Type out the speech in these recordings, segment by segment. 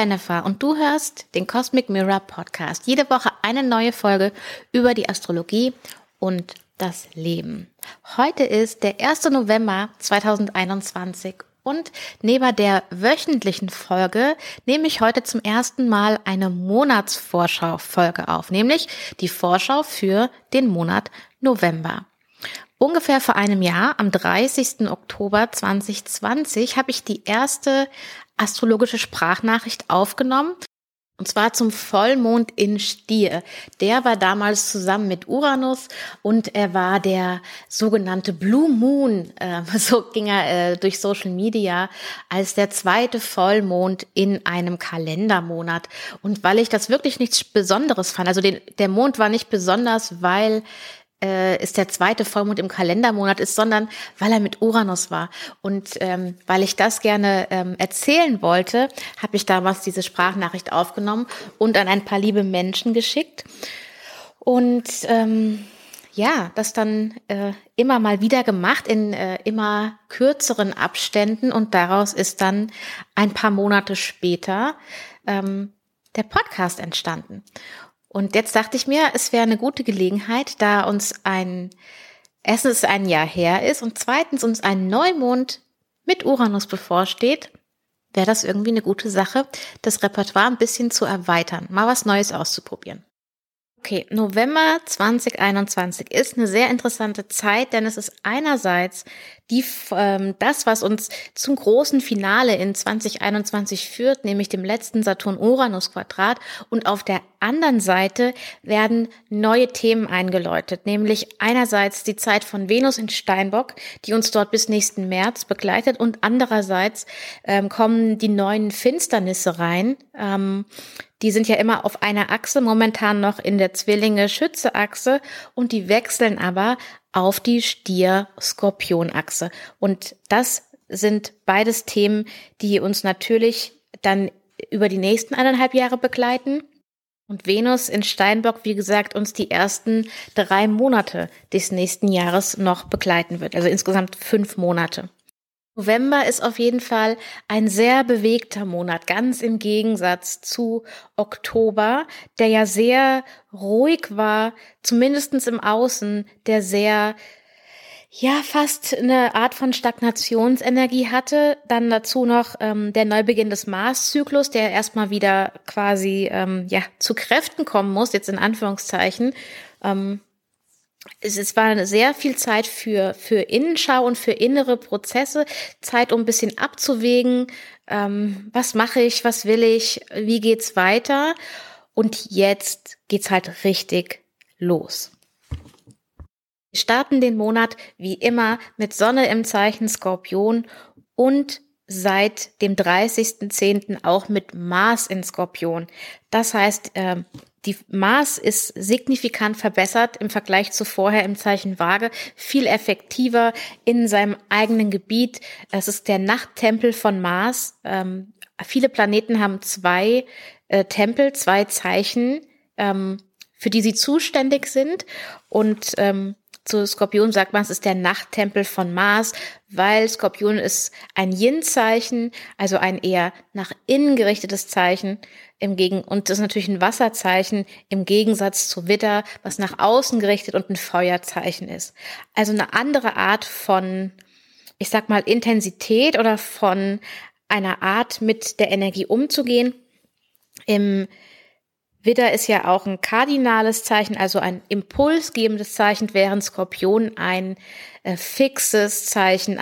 Jennifer und du hörst den Cosmic Mirror Podcast. Jede Woche eine neue Folge über die Astrologie und das Leben. Heute ist der 1. November 2021 und neben der wöchentlichen Folge nehme ich heute zum ersten Mal eine Monatsvorschau-Folge auf, nämlich die Vorschau für den Monat November. Ungefähr vor einem Jahr, am 30. Oktober 2020, habe ich die erste astrologische Sprachnachricht aufgenommen. Und zwar zum Vollmond in Stier. Der war damals zusammen mit Uranus und er war der sogenannte Blue Moon, so ging er durch Social Media, als der zweite Vollmond in einem Kalendermonat. Und weil ich das wirklich nichts Besonderes fand, also der Mond war nicht besonders, weil es der zweite Vollmond im Kalendermonat ist, sondern weil er mit Uranus war. Und weil ich das gerne erzählen wollte, habe ich damals diese Sprachnachricht aufgenommen und an ein paar liebe Menschen geschickt. Und das dann immer mal wieder gemacht in immer kürzeren Abständen. Und daraus ist dann ein paar Monate später der Podcast entstanden. Und jetzt dachte ich mir, es wäre eine gute Gelegenheit, da uns erstens ein Jahr her ist und zweitens uns ein Neumond mit Uranus bevorsteht, wäre das irgendwie eine gute Sache, das Repertoire ein bisschen zu erweitern, mal was Neues auszuprobieren. Okay, November 2021 ist eine sehr interessante Zeit, denn es ist einerseits das, was uns zum großen Finale in 2021 führt, nämlich dem letzten Saturn-Uranus-Quadrat, und auf der anderen Seite werden neue Themen eingeläutet, nämlich einerseits die Zeit von Venus in Steinbock, die uns dort bis nächsten März begleitet, und andererseits kommen die neuen Finsternisse rein. Die sind ja immer auf einer Achse, momentan noch in der Zwillinge-Schütze-Achse, und die wechseln aber auf die Stier-Skorpion-Achse. Und das sind beides Themen, die uns natürlich dann über die nächsten 1,5 Jahre begleiten. Und Venus in Steinbock, wie gesagt, uns die ersten 3 Monate des nächsten Jahres noch begleiten wird. Also insgesamt 5 Monate. November ist auf jeden Fall ein sehr bewegter Monat, ganz im Gegensatz zu Oktober, der ja sehr ruhig war, zumindest im Außen, der sehr, fast eine Art von Stagnationsenergie hatte. Dann dazu noch der Neubeginn des Marszyklus, der erstmal wieder quasi zu Kräften kommen muss, jetzt in Anführungszeichen. Es war sehr viel Zeit für Innenschau und für innere Prozesse, Zeit, um ein bisschen abzuwägen, was mache ich, was will ich, wie geht's weiter, und jetzt geht's halt richtig los. Wir starten den Monat wie immer mit Sonne im Zeichen Skorpion und seit dem 30.10. auch mit Mars in Skorpion. Das heißt, die Mars ist signifikant verbessert im Vergleich zu vorher im Zeichen Waage, viel effektiver in seinem eigenen Gebiet. Es ist der Nachttempel von Mars. Viele Planeten haben 2 Tempel, 2 Zeichen, für die sie zuständig sind. Und zu Skorpion sagt man, es ist der Nachttempel von Mars, weil Skorpion ist ein Yin-Zeichen, also ein eher nach innen gerichtetes Zeichen, und das ist natürlich ein Wasserzeichen im Gegensatz zu Widder, was nach außen gerichtet und ein Feuerzeichen ist. Also eine andere Art von, ich sag mal, Intensität oder von einer Art, mit der Energie umzugehen. Im Widder ist ja auch ein kardinales Zeichen, also ein impulsgebendes Zeichen, während Skorpion ein fixes Zeichen,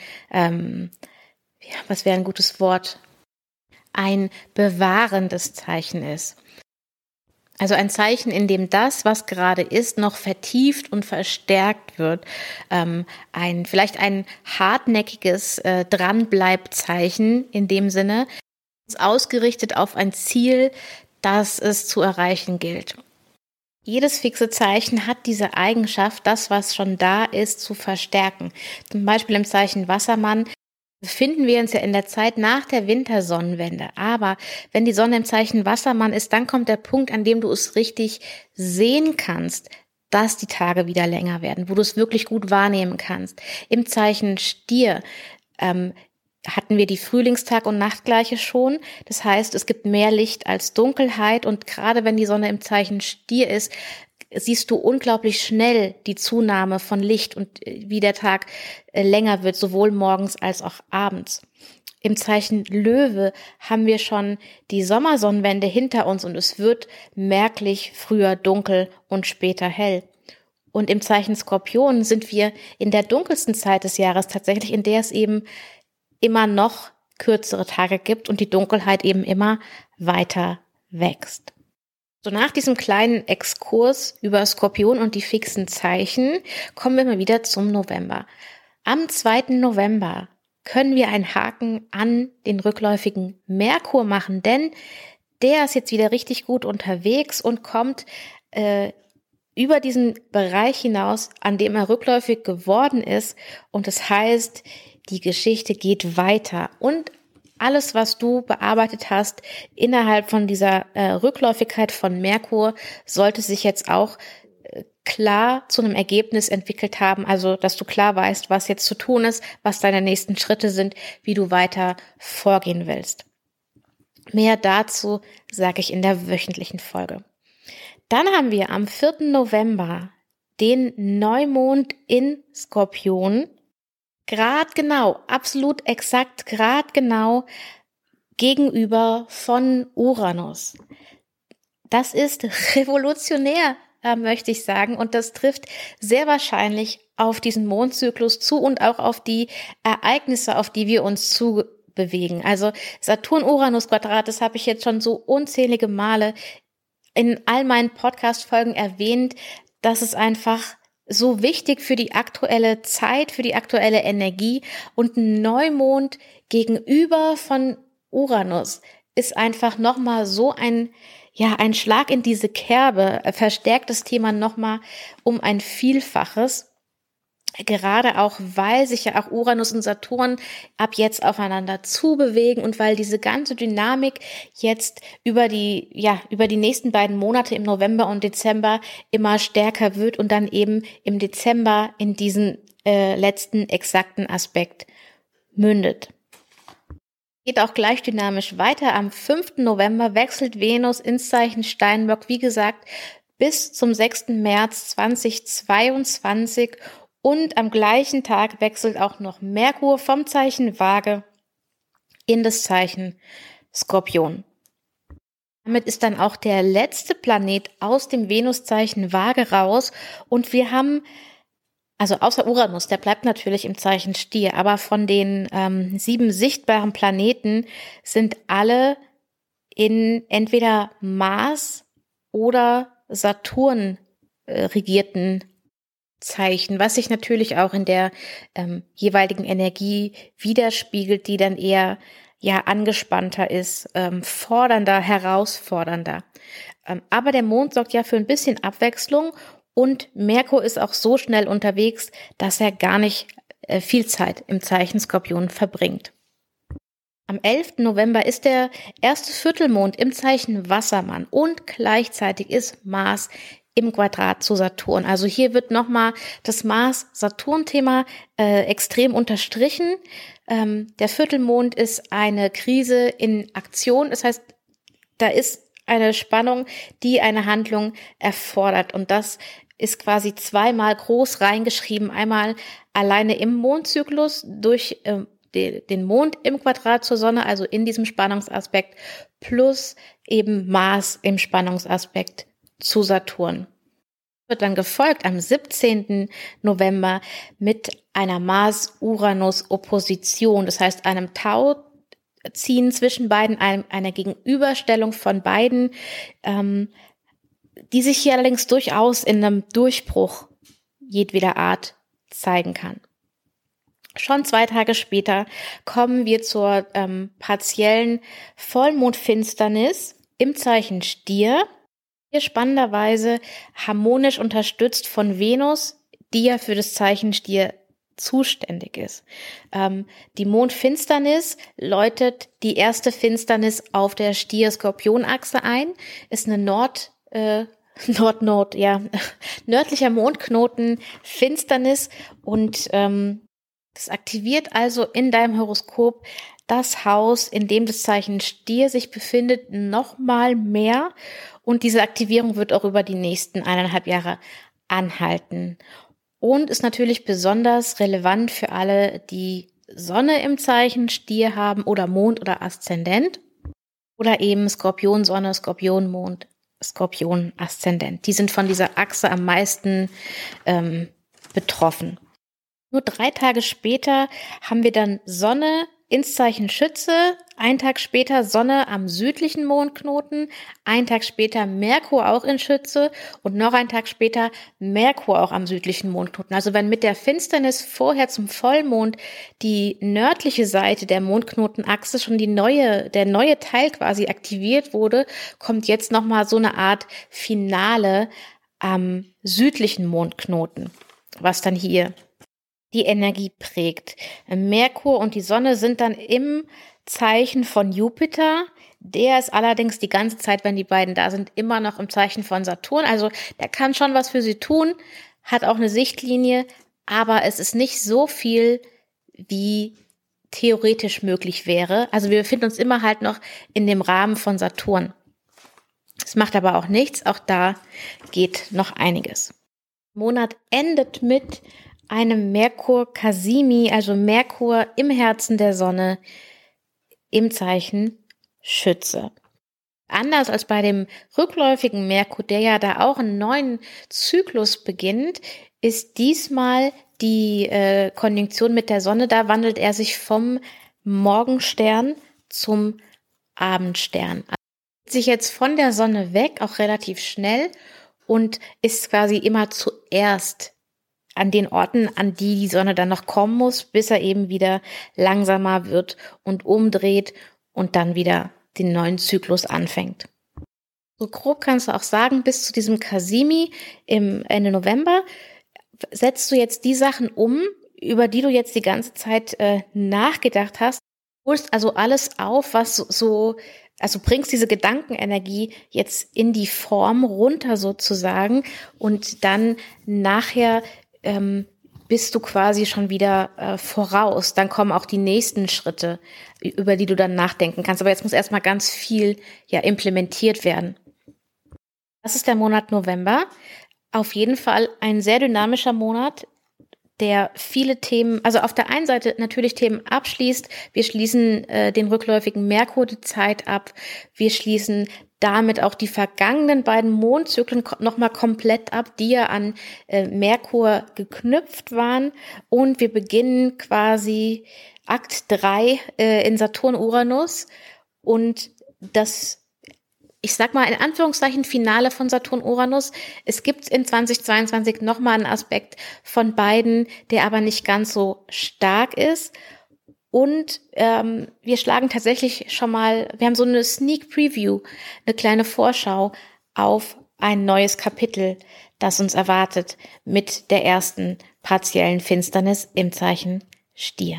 was wäre ein gutes Wort? Ein bewahrendes Zeichen ist. Also ein Zeichen, in dem das, was gerade ist, noch vertieft und verstärkt wird. Vielleicht ein hartnäckiges Dranbleibzeichen in dem Sinne, ist ausgerichtet auf ein Ziel, das es zu erreichen gilt. Jedes fixe Zeichen hat diese Eigenschaft, das, was schon da ist, zu verstärken. Zum Beispiel im Zeichen Wassermann befinden wir uns ja in der Zeit nach der Wintersonnenwende. Aber wenn die Sonne im Zeichen Wassermann ist, dann kommt der Punkt, an dem du es richtig sehen kannst, dass die Tage wieder länger werden, wo du es wirklich gut wahrnehmen kannst. Im Zeichen Stier hatten wir die Frühlingstag- und Nachtgleiche schon. Das heißt, es gibt mehr Licht als Dunkelheit und gerade wenn die Sonne im Zeichen Stier ist, siehst du unglaublich schnell die Zunahme von Licht und wie der Tag länger wird, sowohl morgens als auch abends. Im Zeichen Löwe haben wir schon die Sommersonnenwende hinter uns und es wird merklich früher dunkel und später hell. Und im Zeichen Skorpion sind wir in der dunkelsten Zeit des Jahres tatsächlich, in der es eben immer noch kürzere Tage gibt und die Dunkelheit eben immer weiter wächst. So, nach diesem kleinen Exkurs über Skorpion und die fixen Zeichen kommen wir mal wieder zum November. Am 2. November können wir einen Haken an den rückläufigen Merkur machen, denn der ist jetzt wieder richtig gut unterwegs und kommt über diesen Bereich hinaus, an dem er rückläufig geworden ist. Und das heißt, die Geschichte geht weiter und alles, was du bearbeitet hast innerhalb von dieser Rückläufigkeit von Merkur, sollte sich jetzt auch klar zu einem Ergebnis entwickelt haben, also dass du klar weißt, was jetzt zu tun ist, was deine nächsten Schritte sind, wie du weiter vorgehen willst. Mehr dazu sage ich in der wöchentlichen Folge. Dann haben wir am 4. November den Neumond in Skorpion, gradgenau, absolut exakt gradgenau gegenüber von Uranus. Das ist revolutionär, möchte ich sagen, und das trifft sehr wahrscheinlich auf diesen Mondzyklus zu und auch auf die Ereignisse, auf die wir uns zubewegen. Also Saturn-Uranus-Quadrat, das habe ich jetzt schon so unzählige Male in all meinen Podcast-Folgen erwähnt, dass es einfach so wichtig für die aktuelle Zeit, für die aktuelle Energie und ein Neumond gegenüber von Uranus ist einfach nochmal so ein Schlag in diese Kerbe, verstärkt das Thema nochmal um ein Vielfaches. Gerade auch, weil sich ja auch Uranus und Saturn ab jetzt aufeinander zubewegen und weil diese ganze Dynamik jetzt über die nächsten beiden Monate im November und Dezember immer stärker wird und dann eben im Dezember in diesen letzten exakten Aspekt mündet. Geht auch gleich dynamisch weiter. Am 5. November wechselt Venus ins Zeichen Steinbock, wie gesagt, bis zum 6. März 2022. Und am gleichen Tag wechselt auch noch Merkur vom Zeichen Waage in das Zeichen Skorpion. Damit ist dann auch der letzte Planet aus dem Venuszeichen Waage raus und wir haben, also außer Uranus, der bleibt natürlich im Zeichen Stier, aber von den 7 sichtbaren Planeten sind alle in entweder Mars oder Saturn regierten Zeichen, was sich natürlich auch in der jeweiligen Energie widerspiegelt, die dann eher angespannter ist, fordernder, herausfordernder. Aber der Mond sorgt ja für ein bisschen Abwechslung und Merkur ist auch so schnell unterwegs, dass er gar nicht viel Zeit im Zeichen Skorpion verbringt. Am 11. November ist der erste Viertelmond im Zeichen Wassermann und gleichzeitig ist Mars im Quadrat zu Saturn. Also hier wird nochmal das Mars-Saturn-Thema extrem unterstrichen. Der Viertelmond ist eine Krise in Aktion. Das heißt, da ist eine Spannung, die eine Handlung erfordert. Und das ist quasi zweimal groß reingeschrieben. Einmal alleine im Mondzyklus durch den Mond im Quadrat zur Sonne, also in diesem Spannungsaspekt, plus eben Mars im Spannungsaspekt zu Saturn. Wird dann gefolgt am 17. November mit einer Mars-Uranus-Opposition, das heißt einem Tauziehen zwischen beiden, einer Gegenüberstellung von beiden, die sich hier allerdings durchaus in einem Durchbruch jedweder Art zeigen kann. Schon 2 Tage später kommen wir zur partiellen Vollmondfinsternis im Zeichen Stier. Hier spannenderweise harmonisch unterstützt von Venus, die ja für das Zeichen Stier zuständig ist. Die Mondfinsternis läutet die erste Finsternis auf der Stier-Skorpion-Achse ein, ist eine nördlicher Mondknoten Finsternis und Das aktiviert also in deinem Horoskop das Haus, in dem das Zeichen Stier sich befindet, nochmal mehr. Und diese Aktivierung wird auch über die nächsten 1,5 Jahre anhalten. Und ist natürlich besonders relevant für alle, die Sonne im Zeichen Stier haben oder Mond oder Aszendent. Oder eben Skorpion-Sonne, Skorpion-Mond, Skorpion-Aszendent. Die sind von dieser Achse am meisten betroffen. Nur 3 Tage später haben wir dann Sonne ins Zeichen Schütze, 1 Tag später Sonne am südlichen Mondknoten, 1 Tag später Merkur auch in Schütze und noch 1 Tag später Merkur auch am südlichen Mondknoten. Also wenn mit der Finsternis vorher zum Vollmond die nördliche Seite der Mondknotenachse schon der neue Teil quasi aktiviert wurde, kommt jetzt nochmal so eine Art Finale am südlichen Mondknoten, was dann hier die Energie prägt. Merkur und die Sonne sind dann im Zeichen von Jupiter. Der ist allerdings die ganze Zeit, wenn die beiden da sind, immer noch im Zeichen von Saturn. Also der kann schon was für sie tun, hat auch eine Sichtlinie, aber es ist nicht so viel, wie theoretisch möglich wäre. Also wir befinden uns immer halt noch in dem Rahmen von Saturn. Es macht aber auch nichts, auch da geht noch einiges. Der Monat endet mit einem Merkur Kasimi, also Merkur im Herzen der Sonne im Zeichen Schütze. Anders als bei dem rückläufigen Merkur, der ja da auch einen neuen Zyklus beginnt, ist diesmal die Konjunktion mit der Sonne, da wandelt er sich vom Morgenstern zum Abendstern. Also sich jetzt von der Sonne weg, auch relativ schnell, und ist quasi immer zuerst an den Orten, an die die Sonne dann noch kommen muss, bis er eben wieder langsamer wird und umdreht und dann wieder den neuen Zyklus anfängt. So grob kannst du auch sagen, bis zu diesem Kasimi im Ende November setzt du jetzt die Sachen um, über die du jetzt die ganze Zeit nachgedacht hast. Du holst also alles auf, was also bringst diese Gedankenenergie jetzt in die Form runter sozusagen und dann nachher bist du quasi schon wieder voraus. Dann kommen auch die nächsten Schritte, über die du dann nachdenken kannst. Aber jetzt muss erstmal ganz viel implementiert werden. Das ist der Monat November. Auf jeden Fall ein sehr dynamischer Monat, der viele Themen, also auf der einen Seite natürlich Themen abschließt. Wir schließen den rückläufigen Merkur die Zeit ab. Wir schließen damit auch die vergangenen beiden Mondzyklen nochmal komplett ab, die ja an Merkur geknüpft waren. Und wir beginnen quasi Akt 3 in Saturn-Uranus. Und das, ich sag mal in Anführungszeichen, Finale von Saturn-Uranus. Es gibt in 2022 nochmal einen Aspekt von beiden, der aber nicht ganz so stark ist. Und wir schlagen tatsächlich schon mal, wir haben so eine Sneak Preview, eine kleine Vorschau auf ein neues Kapitel, das uns erwartet mit der ersten partiellen Finsternis im Zeichen Stier.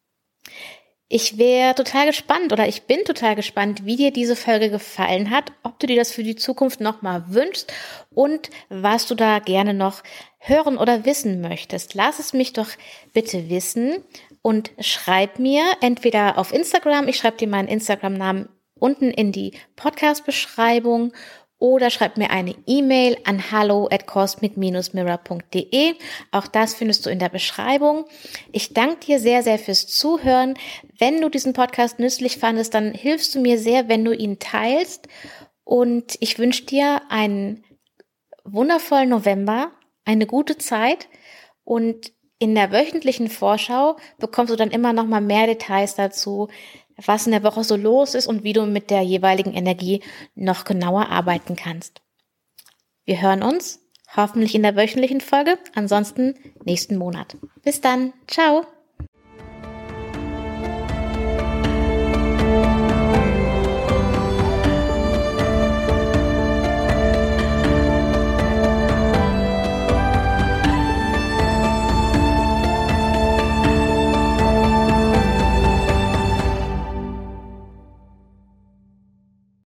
Ich wäre total gespannt oder ich bin total gespannt, wie dir diese Folge gefallen hat, ob du dir das für die Zukunft nochmal wünschst und was du da gerne noch hören oder wissen möchtest. Lass es mich doch bitte wissen und schreib mir entweder auf Instagram, ich schreibe dir meinen Instagram-Namen unten in die Podcast-Beschreibung, oder schreib mir eine E-Mail an hallo@cosmic-mirror.de. Auch das findest du in der Beschreibung. Ich danke dir sehr, sehr fürs Zuhören. Wenn du diesen Podcast nützlich fandest, dann hilfst du mir sehr, wenn du ihn teilst. Und ich wünsche dir einen wundervollen November, eine gute Zeit. Und in der wöchentlichen Vorschau bekommst du dann immer noch mal mehr Details dazu, was in der Woche so los ist und wie du mit der jeweiligen Energie noch genauer arbeiten kannst. Wir hören uns hoffentlich in der wöchentlichen Folge, ansonsten nächsten Monat. Bis dann, ciao!